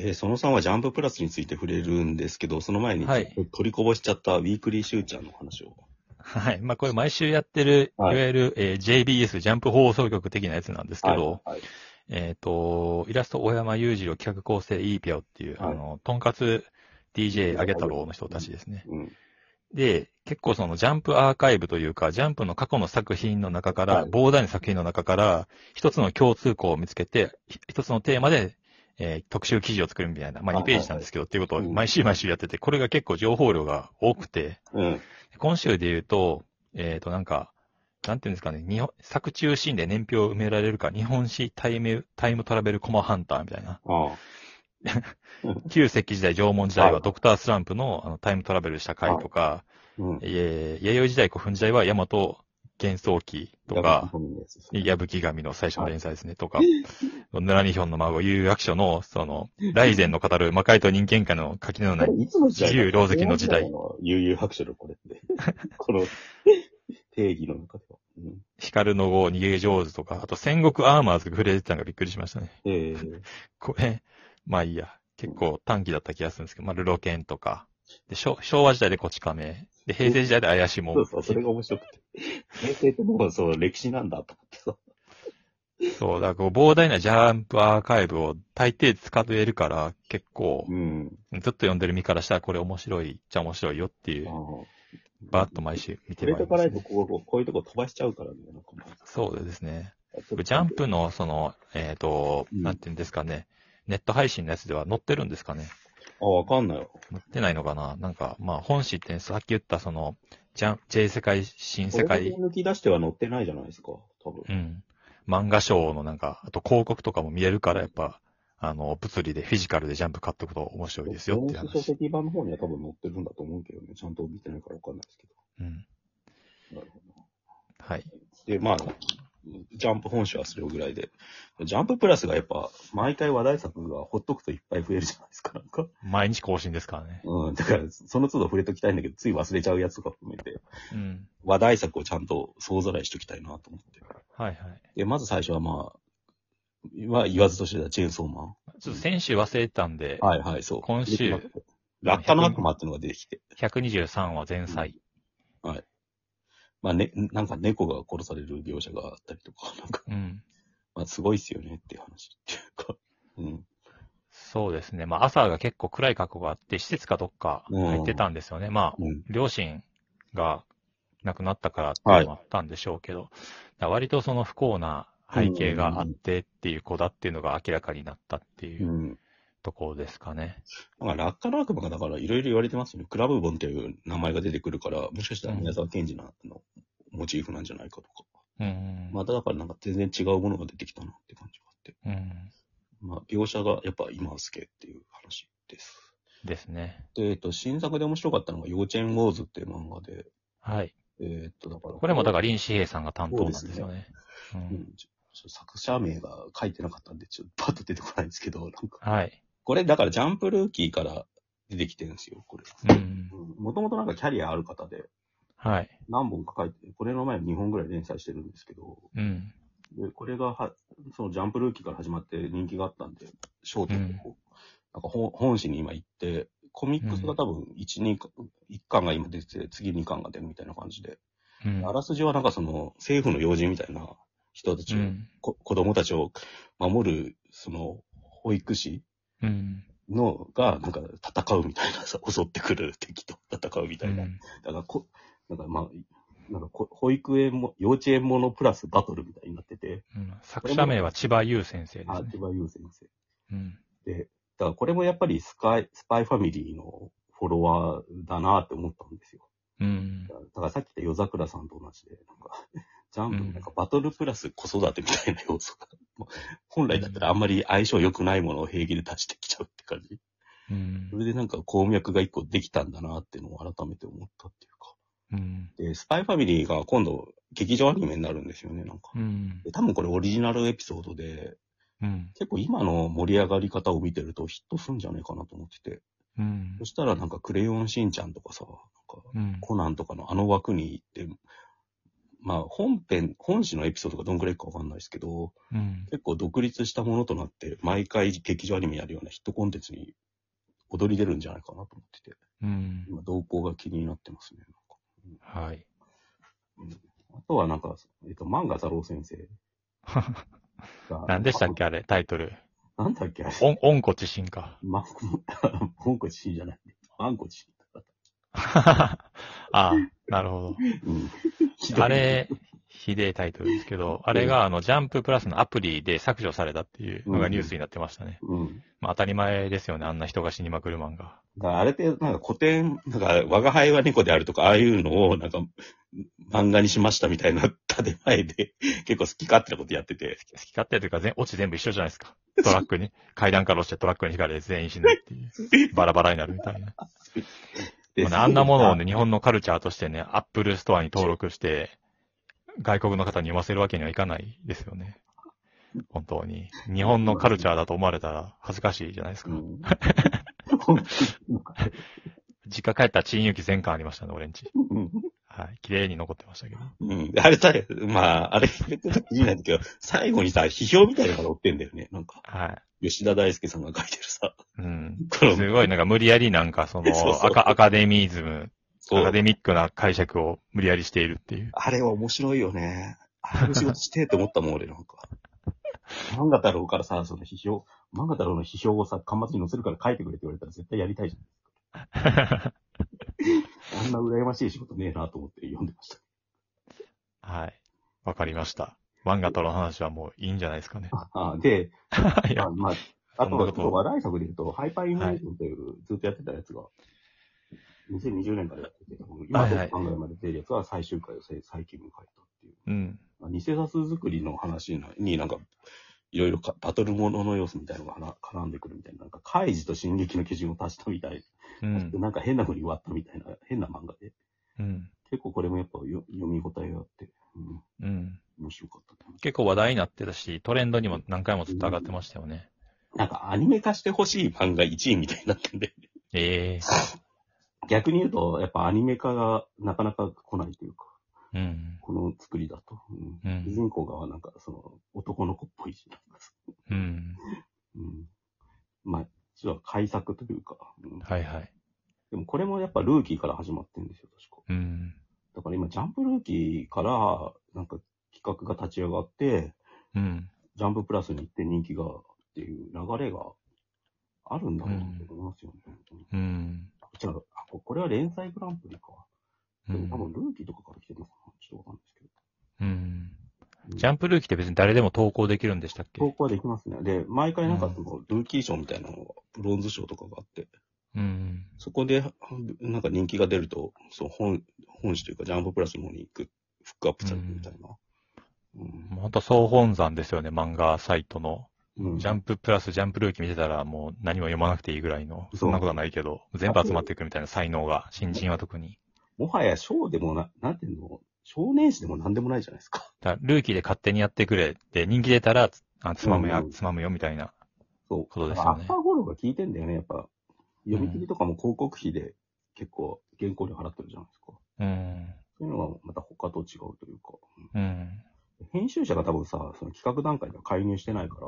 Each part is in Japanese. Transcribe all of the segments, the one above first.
その3はジャンププラスについて触れるんですけど、その前にはい取りこぼしちゃったウィークリーシューチャーの話を。 はい。まあ、これ毎週やってる、いはいわゆる、JBS、ジャンプ放送局的なやつなんですけはい。 ど、 はい。 イラスト大山裕次郎企画構成イーピョっていう、 はいとんかつ DJ あげ太郎の人たちですね。 うん。 で、結構そのジャンプアーカイブというか、ジャンプの過去の作品の中から、 はい。 膨大な作品の中から、一つの共通項を見つけて、一つのテーマで、特集記事を作るみたいな、まあ2ページなんですけど、っていうことを毎週毎週やってて、これが結構情報量が多くて、 うん。 今週で言うと、なんか、なんていうんですかね、作中シーンで年表を埋められるか、日本史タイムトラベルコマハンターみたいな。 ああ。 旧石器時代、縄文時代はいはドクタースランプのタイムトラベルした回とか、 うん。 弥生時代、古墳時代は大和幻想記とか、矢吹神の最初の連載ですね、とか、ヌラニヒョンの孫、有楽書の、ライゼンの語る魔界と人間界の垣根のない自由狼藉の時代。 悠々白書のこれって。この定義の中では。 光の碁、逃げ上手とか、あと戦国アーマーズが触れてたのがびっくりしましたね。これ、まあいいや。結構短期だった気がするんですけど、まあルロケンとか。で、昭和時代でこち亀。で、平成時代で怪しも。 そうそう、それが面白くて。平成ってもうそう、歴史なんだと思ってさ。 そう、だからこう膨大なジャンプアーカイブを大抵使えるから、結構、ずっと読んでる身からしたらこれ面白いっちゃ面白いよっていう。バーッと毎週見てまいります、ね。 触れとかないとこういうとこ飛ばしちゃうからね。 そうですね。ジャンプのなんていうんですかね。ネット配信のやつでは載ってるんですかね。 わかんないよ。 載ってないのかな。なんか、まあ本誌ってさっき言ったJ 世界、新世界。 抜き出しては載ってないじゃないですか、多分。 うん。漫画賞のなんか、あと広告とかも見えるからやっぱ、物理でフィジカルでジャンプ買っとくと面白いですよっていう話。 書籍版の方には多分載ってるんだと思うけどね。ちゃんと見てないからわかんないですけど。 うん。 なるほど。 はい。 で、まあ、ジャンプ本誌はそれぐらいで。ジャンププラスがやっぱ、毎回話題作がほっとくといっぱい増えるじゃないですか、なんか。 毎日更新ですからね。 だから、その都度触れときたいんだけど、つい忘れちゃうやつとか含めて、話題作をちゃんと総ざらいしときたいなと思って。 はいはい。 で、まず最初はまあ、言わずとしてたチェーンソーマン。 ちょっと先週忘れてたんで、 はいはい、そう。 今週、 落下の悪魔っていうのが出てきて。 123話前菜。 はい。まあね、なんか猫が殺される描写があったりとか、なんか、まあすごいっすよねっていう話っていうか、 そうですね。まあ朝が結構暗い格好があって、施設かどっか入ってたんですよね。まあ、両親が亡くなったからっていうのもあったんでしょうけど、割とその不幸な背景があってっていう子だっていうのが明らかになったっていうところですかね。 落下の悪魔がだからいろいろ言われてますよね。クラブボンっていう名前が出てくるから、もしかしたら宮沢賢治のモチーフなんじゃないかとか。まただからなんか全然違うものが出てきたなって感じがあって。まあ描写がやっぱ今は好きっていう話です。 ですね。 で、新作で面白かったのが幼稚園ウォーズっていう漫画で。 はい。 だからこれもだから林志平さんが担当なんですよね。 作者名が書いてなかったんで、ちょっとパッと出てこないんですけど、なんか。 はい。 これ、だからジャンプルーキーから出てきてるんですよ、これ。もともとなんかキャリアある方で、 はい。 何本か書いて、これの前に2本ぐらい連載してるんですけど、で、これがそのジャンプルーキーから始まって人気があったんで、焦点でなんか本誌に今行って、コミックスが多分1巻が今出てて、次2巻が出るみたいな感じで、あらすじはなんかその政府の要人みたいな人たちを、子供たちを守る、その保育士のがなんか戦うみたいなさ、襲ってくる敵と戦うみたいな。だからなんかまあ、なんか保育園も、幼稚園ものプラスバトルみたいになってて。 作者名は千葉優先生ですね。 千葉優先生。で、だからこれもやっぱりスパイファミリーのフォロワーだなって思ったんですよ。だからさっき言った夜桜さんと同じで、なんか、ジャンプなんかバトルプラス子育てみたいな要素が、本来だったらあんまり相性良くないものを平気で出してきちゃうって感じ。それでなんか鉱脈が一個できたんだなっていうのを改めて思ったっていうか。で、スパイファミリーが今度劇場アニメになるんですよね、なんか。で多分これオリジナルエピソードで、結構今の盛り上がり方を見てるとヒットするんじゃないかなと思ってて。そしたらなんかクレヨンしんちゃんとかさ、なんかコナンとかのあの枠に行って、 まあ本誌のエピソードがどんくらいかわかんないですけど、結構独立したものとなって、毎回劇場アニメやるようなヒットコンテンツに踊り出るんじゃないかなと思ってて、今動向が気になってますね。 はい。 あとはなんか、漫画太郎先生。 何でしたっけあれ、タイトル。 なんだっけあれ。 温故知新か。 温故知新じゃない。万故知新。 ああ、なるほど。あれ、ひでえタイトルですけど、あれがジャンププラスのアプリで削除されたっていうのがニュースになってましたね。まあ当たり前ですよね、あんな人が死にまくる漫画。 だからあれってなんか古典、なんか我が輩は猫であるとか、ああいうのをなんか漫画にしましたみたいな建前で結構好き勝手なことやってて。 好き勝手というかオチ全部一緒じゃないですか。トラックに、階段から落ちてトラックに引かれて全員死ぬっていう。バラバラになるみたいな。あんなものをね、日本のカルチャーとしてね、アップルストアに登録して、外国の方に読ませるわけにはいかないですよね。本当に。日本のカルチャーだと思われたら恥ずかしいじゃないですか。実家帰ったら珍遊記全巻ありましたね、俺んち。はい。綺麗に残ってましたけど。 あれまあ、あれ、言ってたら気になるけど、最後にさ、批評みたいなのが載ってんだよね、なんか。 はい。 吉田大輔さんが書いてるさ。 すごいなんか無理やりなんかアカデミズム、アカデミックな解釈を無理やりしているっていう。 あれは面白いよね。あれ仕事してって思ったもん、俺なんか。漫画太郎からさ、漫画太郎の批評をさ、端末に載せるから書いてくれって言われたら絶対やりたいじゃん。あんな羨ましい仕事ねえなと思って読んでました。 はい。わかりました。漫画太郎の話はもういいんじゃないですかね。 で、あと話題作で言うと、ハイパーイメージョンという、ずっとやってたやつが、2020年からやってて、今の考えまで出るやつは最終回を最近迎えたっていう。偽札作りの話になんか、いろいろバトルものの要素みたいなのが絡んでくるみたいな、なんか、カイジと進撃の基準を足したみたいな、なんか変な風に割ったみたいな、変な漫画で。結構これもやっぱ読み応えがあって、面白かった。 結構話題になってたし、トレンドにも何回もずっと上がってましたよね。 なんかアニメ化してほしい漫画1位みたいになってんで。逆に言うと、やっぱアニメ化がなかなか来ないというか、この作りだと。主人公がなんか男の子っぽいし、まあ、実は改作というか。 はいはい。 でもこれもやっぱルーキーから始まってるんですよ、確か。だから今、ジャンプルーキーから、なんか企画が立ち上がって、ジャンププラスに行って人気がっていう流れがあるんだろうなと思いますよね。これは連載グランプリか。でも多分ルーキーとかから来てるのかな、ちょっとわかんないですけど。ジャンプルーキーって別に誰でも投稿できるんでしたっけ？ 投稿はできますね。で、毎回なんかルーキー賞みたいなのが、ブロンズ賞とかがあって、そこで、なんか人気が出ると、本誌というか、ジャンププラスの方にフックアップされるみたいな。 本当総本山ですよね、漫画サイトの。ジャンププラスジャンプルーキー見てたらもう何も読まなくていいぐらいの、そんなことはないけど、全部集まってくるみたいな才能が、新人は特に。 もはや賞でもなんていうの、少年誌でもなんでもないじゃないですか。 ルーキーで勝手にやってくれって人気出たら、つまむよみたいなことですよね。 アッパーフォローが効いてんだよね、やっぱ。読み切りとかも広告費で結構原稿料払ってるじゃないですか。そういうのがまた他と違うというか。編集者が多分さ、その企画段階では介入してないから、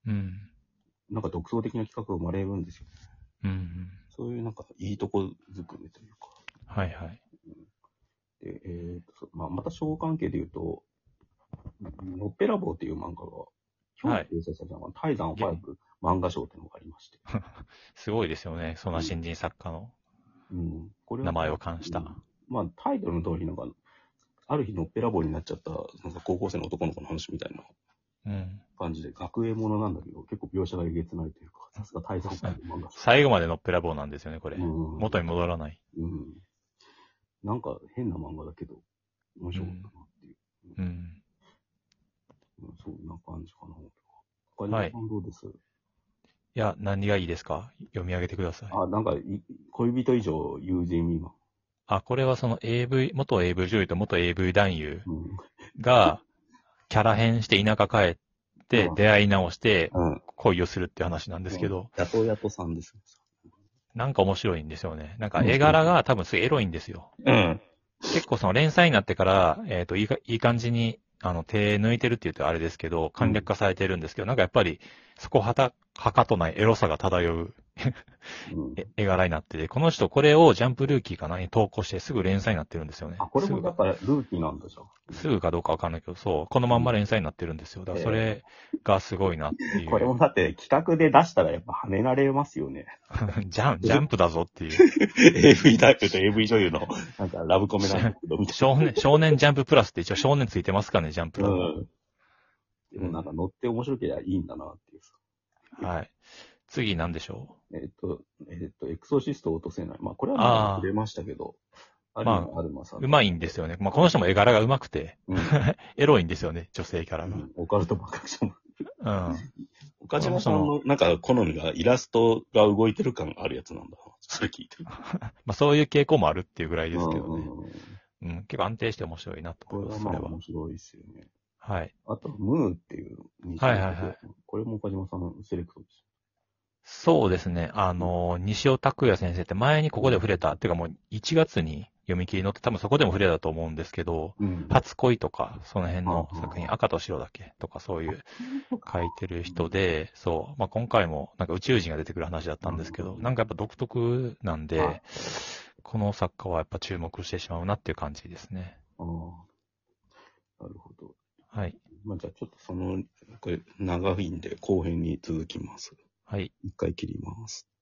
なんか独創的な企画が生まれるんですよね。そういうなんかいいとこ作りというか。 はいはい。 で、また小関係で言うと、のっぺらぼうっていう漫画が、今日掲載されたのが、泰山5漫画賞っていうのがありまして。 すごいですよね、そんな新人作家の名前を冠した。 タイトルの通りなんか、ある日のっぺらぼうになっちゃった、なんか高校生の男の子の話みたいな感じで、学園ものなんだけど、結構描写がえげつないというか、さすが泰山5漫画賞。 最後までのっぺらぼうなんですよね、これ。元に戻らない。 なんか変な漫画だけど、面白かったなっていう。そんな感じかな。他にどうです？いや、何がいいですか？読み上げてください。 なんか、恋人以上友人未満。 これはその元 AV 女優と元 AV 男優が、キャラ変して田舎帰って出会い直して恋をするっていう話なんですけど。 やとさんです。 なんか面白いんですよね。なんか絵柄が多分すごいエロいんですよ。 結構その連載になってから、いい感じに、手抜いてるって言うとあれですけど、簡略化されてるんですけど、なんかやっぱり、そこはかとないエロさが漂う絵柄になってて、この人これをジャンプルーキーかなに投稿してすぐ連載になってるんですよね。 これもだからルーキーなんでしょ。 すぐかどうかわかんないけど、そう、このまんま連載になってるんですよ。だからそれがすごいなっていう。 これもだって企画で出したらやっぱ跳ねられますよね。 ジャンプだぞっていう。 AV タイプと AV 女優のなんかラブコメなんだけど、みたいな。少年ジャンププラスって一応少年ついてますかね、ジャンプだと。 でもなんか乗って面白ければいいんだなっていうさ。はい。次なんでしょう。エクソシストを落とせない。まあ、これはまあ触れましたけど、 まあ、うまいんですよね。まあ、この人も絵柄がうまくて、エロいんですよね、女性キャラが。 オカルトバカクション。 うん。 岡島さんのなんか好みがイラストが動いてる感があるやつなんだ。それ聞いてる。 まあ、そういう傾向もあるっていうぐらいですけどね。結構安定して面白いなと思います。 これはまあ面白いですよね。 はい。 あと、ムーっていう。 はい。 これも岡島さんセレクトです。 そうですね。西尾拓也先生って前にここで触れた、っていうかもう1月に読み切り載って多分そこでも触れたと思うんですけど、初恋とか、その辺の作品、赤と白だっけとかそういう書いてる人で、そう、まあ、今回もなんか宇宙人が出てくる話だったんですけど、なんかやっぱ独特なんで、この作家はやっぱ注目してしまうなっていう感じですね。 なるほど。 はい。 まあ、じゃあちょっとこれ長いんで後編に続きます。 はい。 一回切ります。